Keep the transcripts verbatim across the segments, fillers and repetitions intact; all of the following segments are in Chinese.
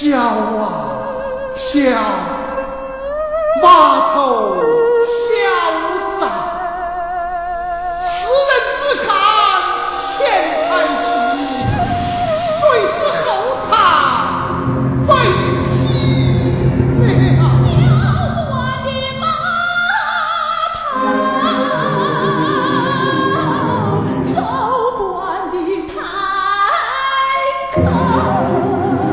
飘啊飘，码头飘荡，世人只看前台戏，谁知后堂为凄凉。 飘完的码头，走不完的台口。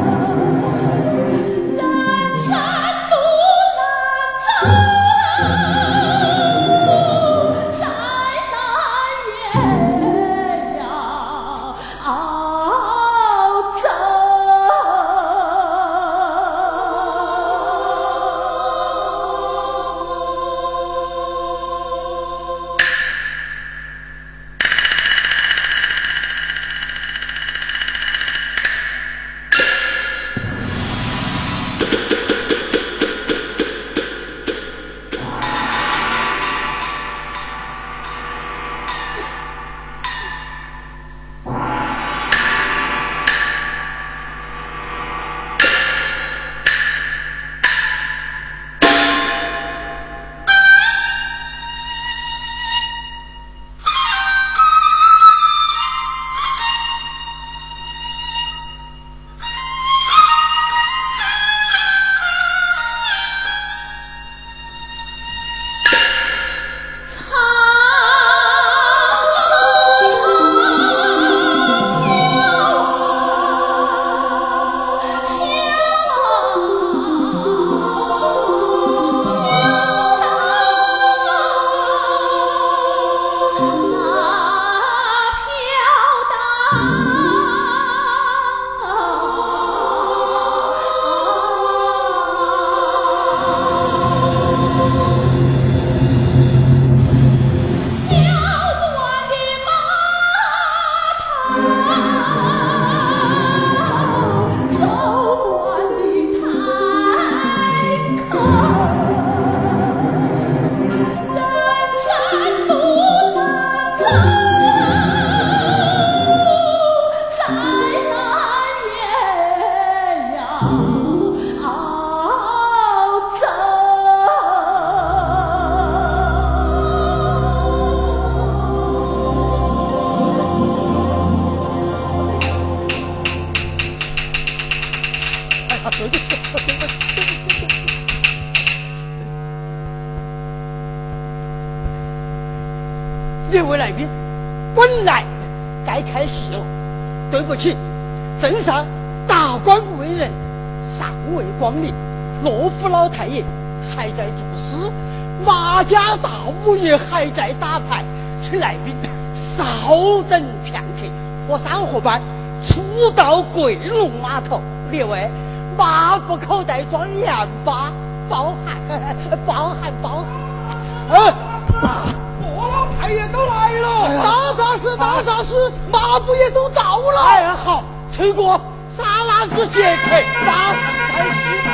列位来宾，本来该开戏了，对不起，镇上大官贵人尚未光临，罗福老太爷还在作诗，马家大五爷还在打牌，请来宾稍等片刻，我三伙伴初到桂龙码头，列位马不口袋装盐巴，包涵包涵包涵。呃我老太爷都来了， 哎、 大杂事大杂事，马夫爷都到了。 哎呀，好，崔哥，沙拉子解渴，马上开始。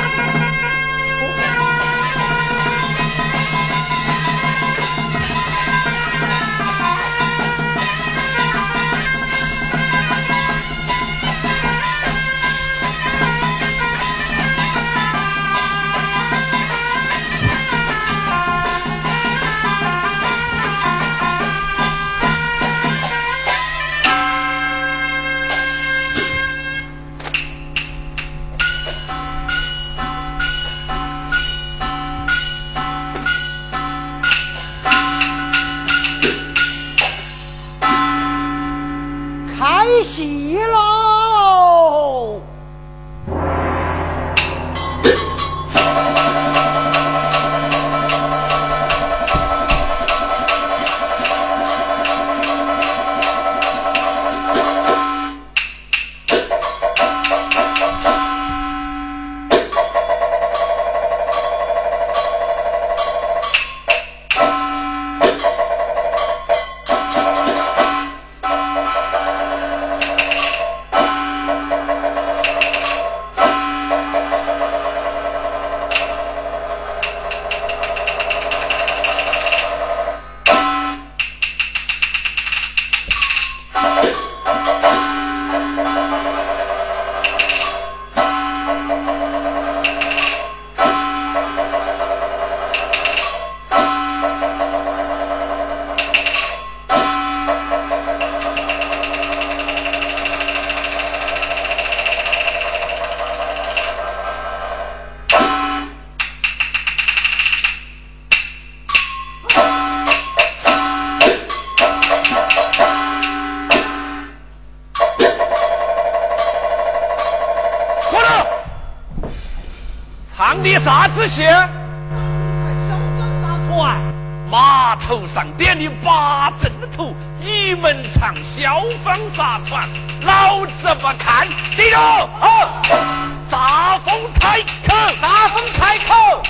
唱的啥子戏？ 小张杀船， 码头上点的八阵图，你们唱消防杀船，老子不看。记住，好，炸风开口， 大风开口。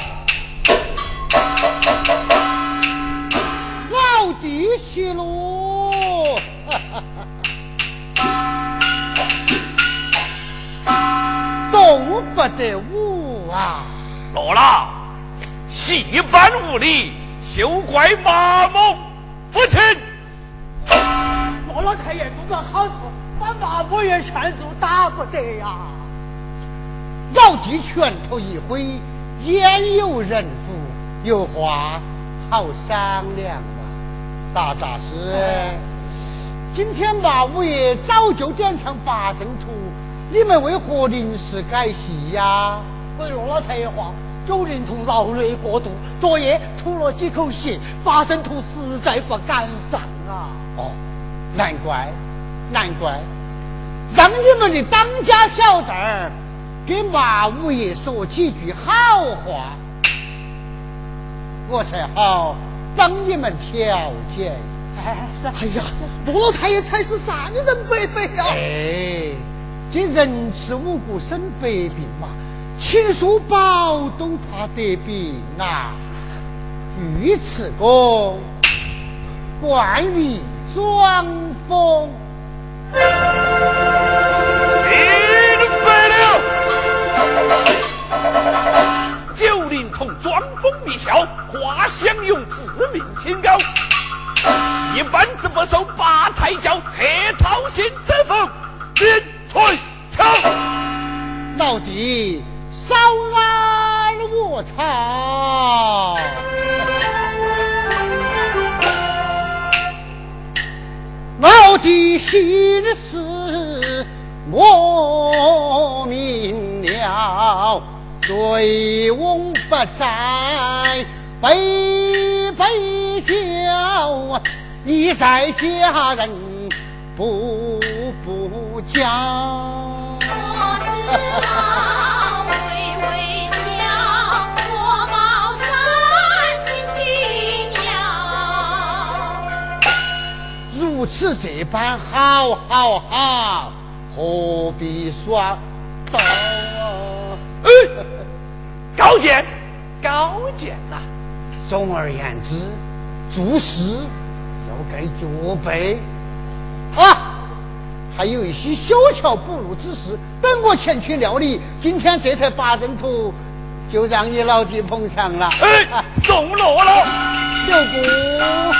老弟息喽，动不得武啊！ 落了，戏班无礼，休怪麻木不亲。 罗老太爷做个好事，把马夫爷劝住，打不得呀！老弟拳头一挥，焉有人扶？有话好商量嘛。大杂事，今天马五爷早就点唱八阵图，你们为何临时改戏呀？回罗老太爷话，九龄童劳累过度，昨夜吐了几口血，八阵图实在不敢上啊。哦，难怪，难怪，让你们的当家小弟儿给马五爷说几句好话，我才好帮你们调解。 哎，是，哎呀，罗老太爷才是善人百倍呀！ 哎，这人吃五谷生百病嘛，秦叔宝都怕得病啊。尉迟恭，冠于庄风。 明白了。九龄童装疯迷笑，花相用致命清高。戏班子不受八抬轿，黑桃心之风，边吹敲。 老弟，少安我操！老弟心事我明了，醉翁不在悲悲叫，一在家人步步骄。 我是老微微笑，我高山青青摇。 如此这般好好好，何必耍刀啊？ 哎，高见，高见呐、啊！ 总而言之，做事要盖脚背啊！还有一些小巧不入之事，等我前去料理。今天这台八阵图就让你老弟捧场了。 哎，啊、送落了， 留步。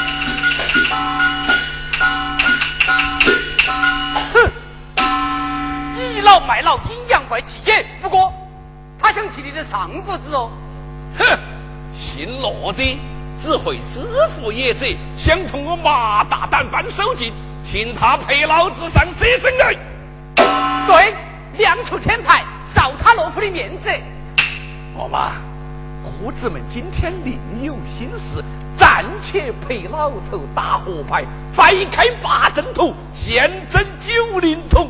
哼，倚老卖老，阴阳怪气也。不过，他想起你的上父子哦。 哼，姓罗的只会知府野贼，想同我马大胆办手劲，请他陪老子上舍身来。 对，亮出天台，扫他罗夫的面子。 我妈，哥子们今天另有心事，暂且陪老头打火牌，摆开八阵图，现征九龄童。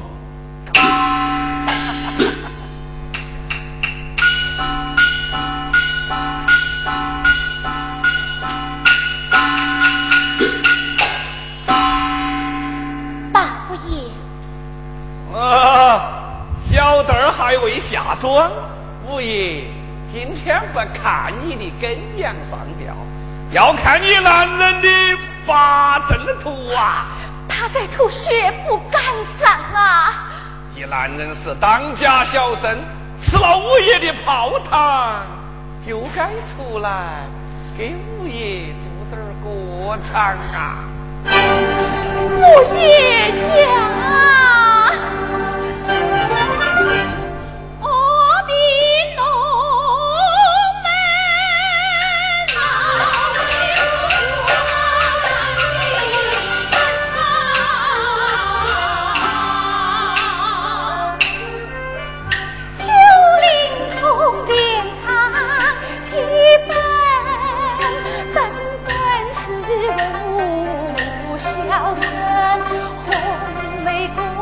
八夫爷， 啊，小弟儿还未下庄，五爷今天不看你的根阳上吊，要看你男人的八阵图啊！ 他在吐血不敢上啊！ 你男人是当家小生，吃了五爷的泡汤，就该出来给五爷做点过场啊！ 五爷家，我比龙门九龄童典藏几本，本本是文武小生，红玫瑰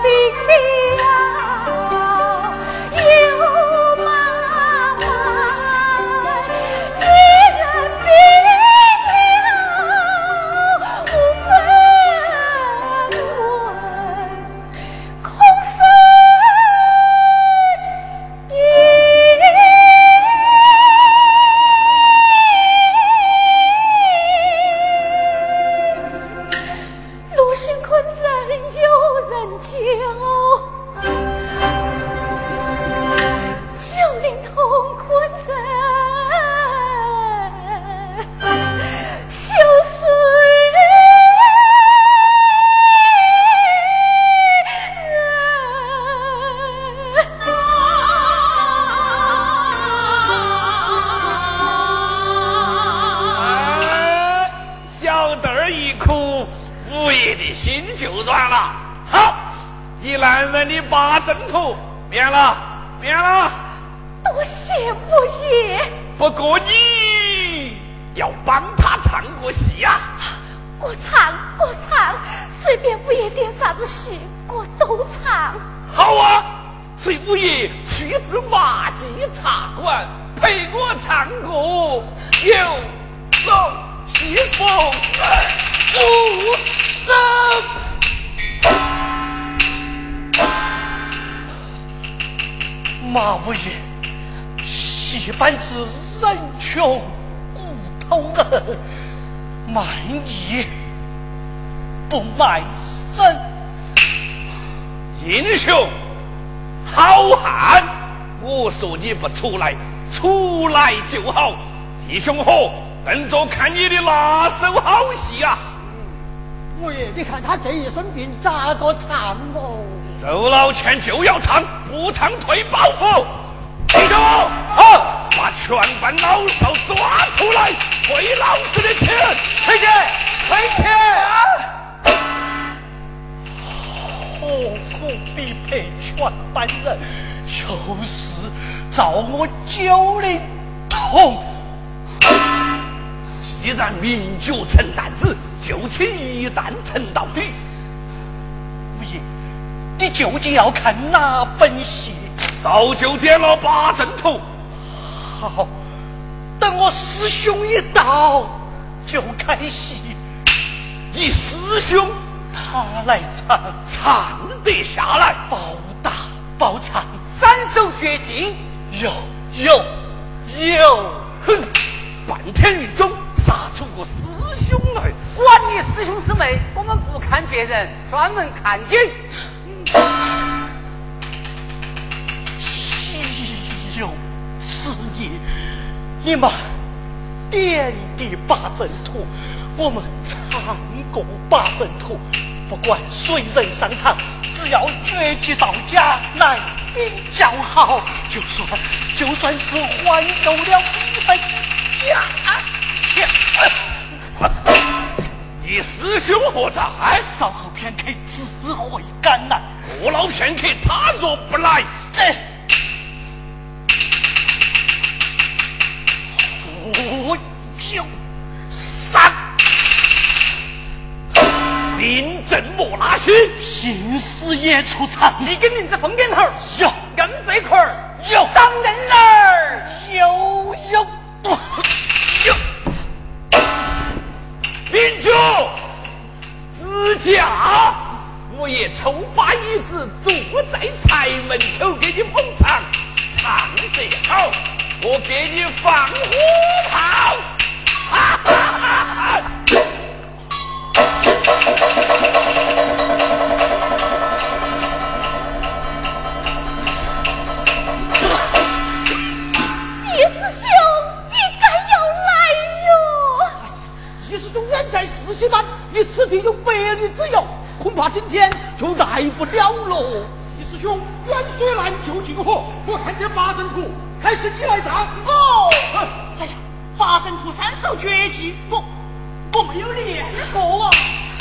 八阵图免了，免了。 多谢父爷。 不过你要帮他唱个戏呀、啊。 我唱，我唱，随便五爷点啥子戏，我都唱。 好啊，随五爷去至马记茶馆陪我唱歌，有龙西风主声。 马五爷，戏班子人穷骨头硬，卖艺不卖身。 英雄好汉，我说你不出来，出来就好。弟兄伙，等着看你的拿手好戏啊！ 五爷，你看他这一身病，咋个唱哦？ 收了钱就要唱，不唱退包袱。记住，好，把全班老少抓出来，退老子的钱， 退钱，退钱！ 何苦必赔全班人？就是找我九龄童。 既然明角成担子，就请一担撑到底。 五爷，你究竟要看哪本戏？ 早就点了八阵图。 好，等我师兄一到就开戏。 你师兄他来唱， 唱得下来， 包打包唱， 三手绝技， 有有有！ 哼，半天云中杀出个师兄来， 管你师兄师妹，我们不看别人，专门看你。 岂有此理！你们点的八阵图，我们唱过八阵图，不管谁人上场，只要绝技到家，来宾叫好，就算就算是还够了一份价钱。 你师兄何在？ 稍后片刻自会赶来。 过了片刻，他若不来， 这我就杀！ 临阵莫拉稀， 平时也出场。 你跟名字封点头， 有跟背块儿， 有当人儿， 有有有。 民主自驾，我也抽把椅子坐在台门口给你捧场，唱得好，我给你放火炮！哈哈哈哈！ 叶师兄，你该要来哟！ 叶师兄远在四喜班，你此地有百里之遥，恐怕今天就来不了喽。 叶师兄，远水难救近火，我看这八阵图，还是你来唱。 哦，哎呀，八阵图三手绝技，我我没有练过啊。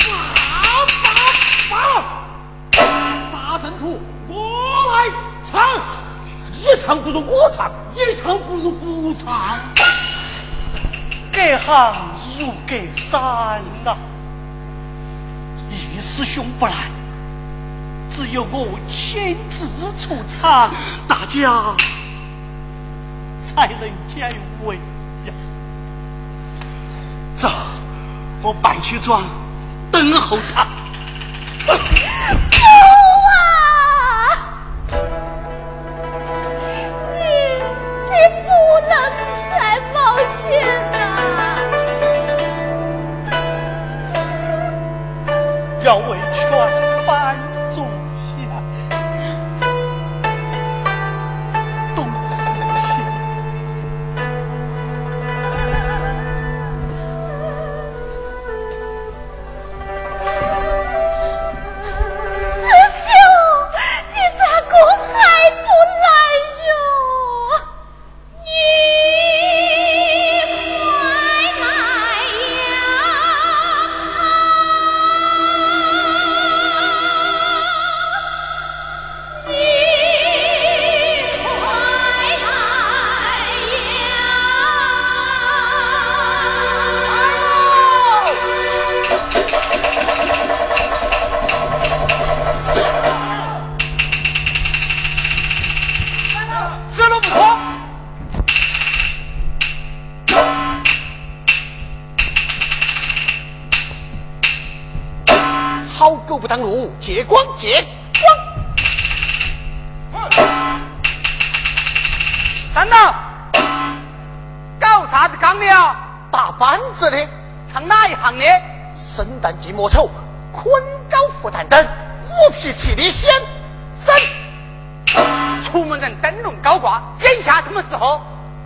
八八八，八阵图我来唱。 你唱不如我唱， 你唱不如不唱。 隔行如隔山呐、叶师兄不来， 只有我亲自出场，大家才能解围呀。走，我扮起妆，等候他。要为全班着想，懂事情。 师兄，你咋个还不来哟？你快来呀！ 好狗不当路，借光借光！ 站到！搞啥子纲的啊？ 大班子的， 唱哪一行的？ 圣诞季莫愁，昆高福弹灯，五匹气力先生。 出门人灯笼高挂，眼下什么时候？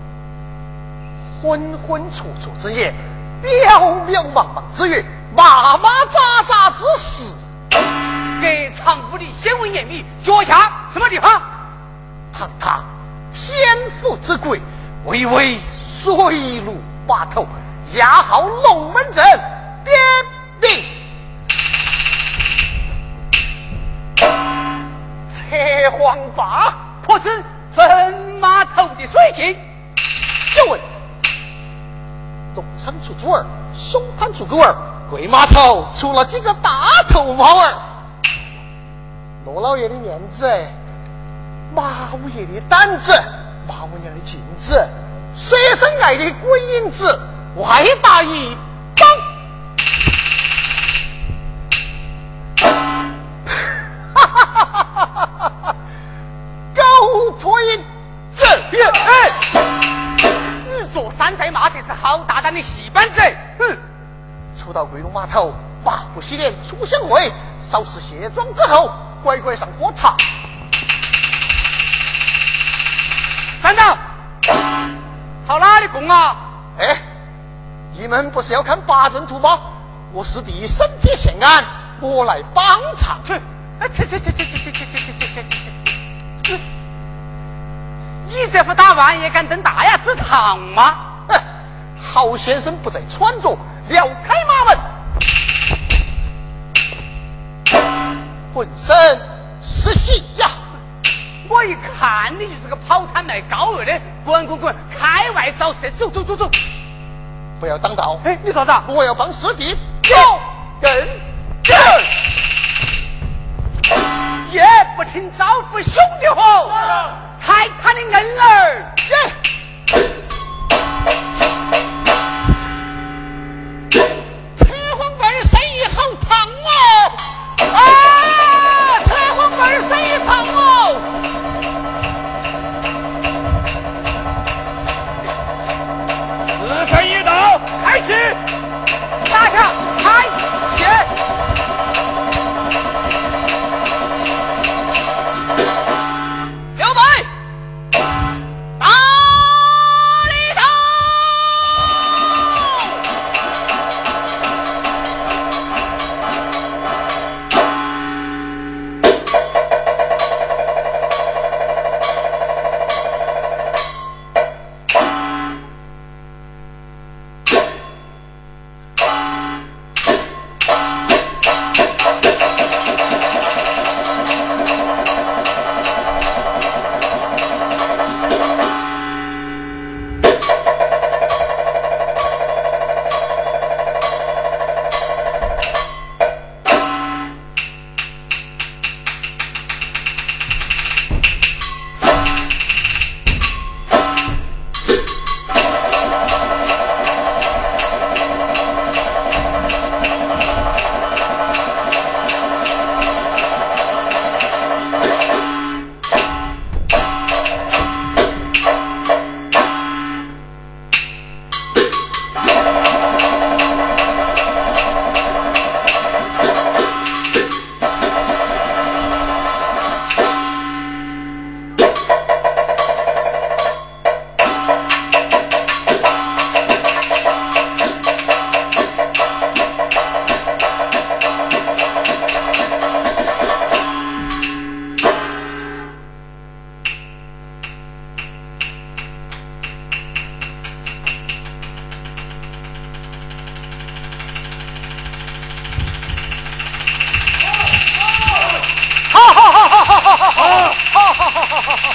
昏昏楚楚之夜，渺渺茫茫之月，麻麻喳喳之时。 隔场屋里鲜为眼密，脚下什么地方？ 堂堂天府之贵，巍巍水陆码头，押号龙门阵，别名扯黄坝， 破是分码头的水情。 就问东厂出猪儿，松滩出狗儿，贵码头出了几个大头猫儿。罗老爷的面子，马五爷的胆子，马五娘的镜子，随身爱的鬼影子，外打一棒。哈哈哈哈哈哈！狗腿子， 哎，只做山寨骂，这是好大胆的戏班子！哼！ 出到贵龙码头，八不洗脸出乡会，稍事卸妆之后，乖乖上火场。 站长，朝哪里供啊？ 哎，你们不是要看八阵图吗？我师弟身体欠安，我来帮场。 去，哎，去去去去去去去去去去去！你这副打扮也敢登大雅之堂吗？ 哼，郝先生不在穿着，撩开马门，浑身是喜呀！ 我一看你就是个跑摊卖高二的，滚滚滚，开外找事，走走走走！ 不要挡道！ 哎，你啥子？ 我要帮师弟走跟跟， 也不听招呼兄弟伙，抬他的恩儿！ 扯黄板的生意好烫哦！啊，扯黄板的生意烫哦！ 时辰一到，开始大家开始。 刘备，大好好好好好好好。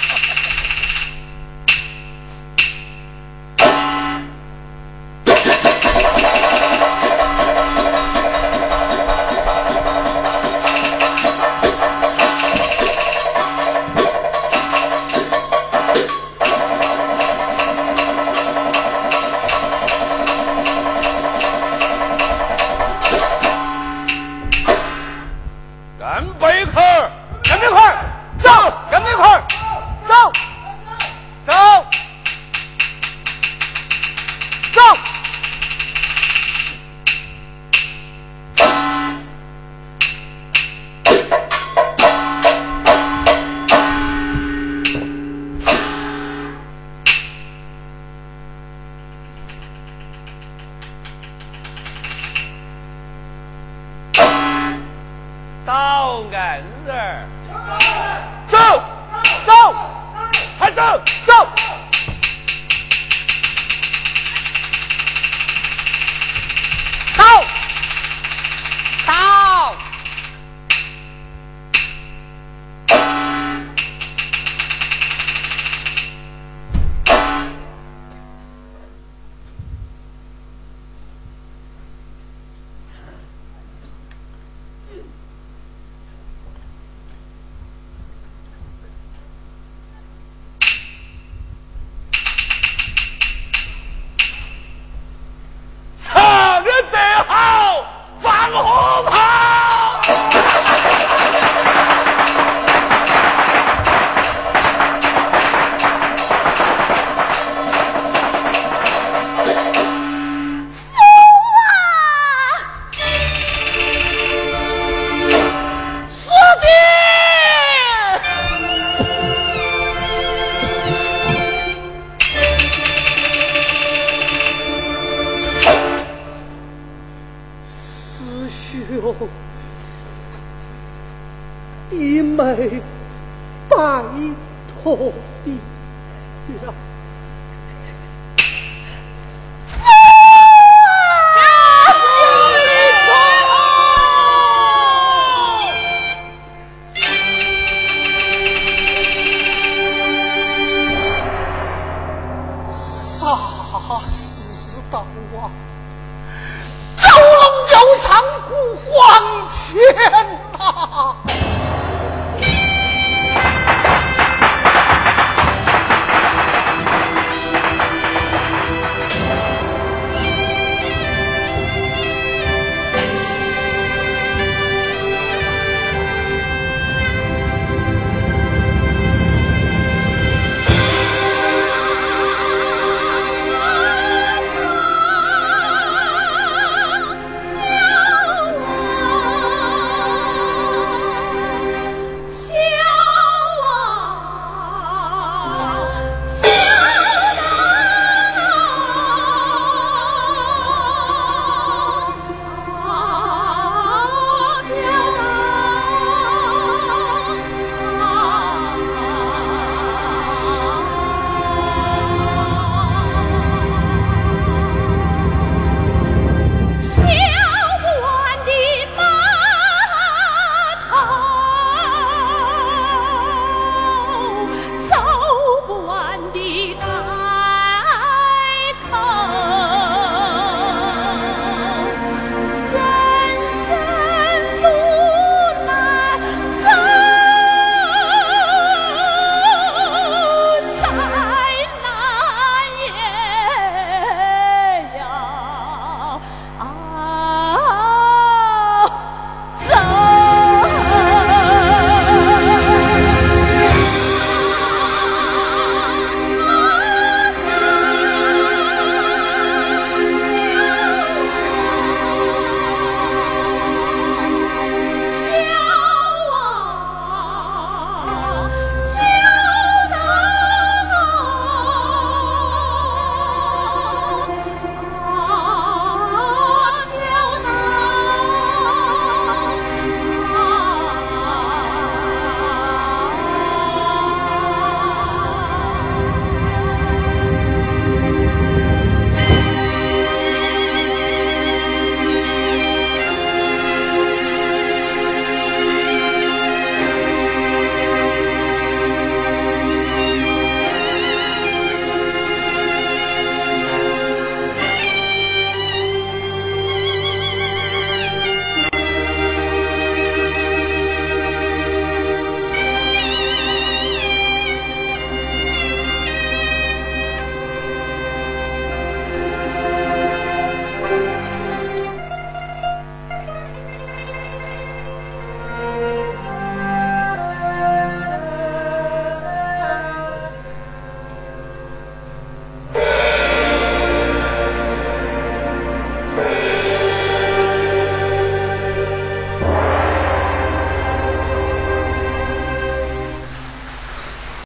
弟妹拜托你了。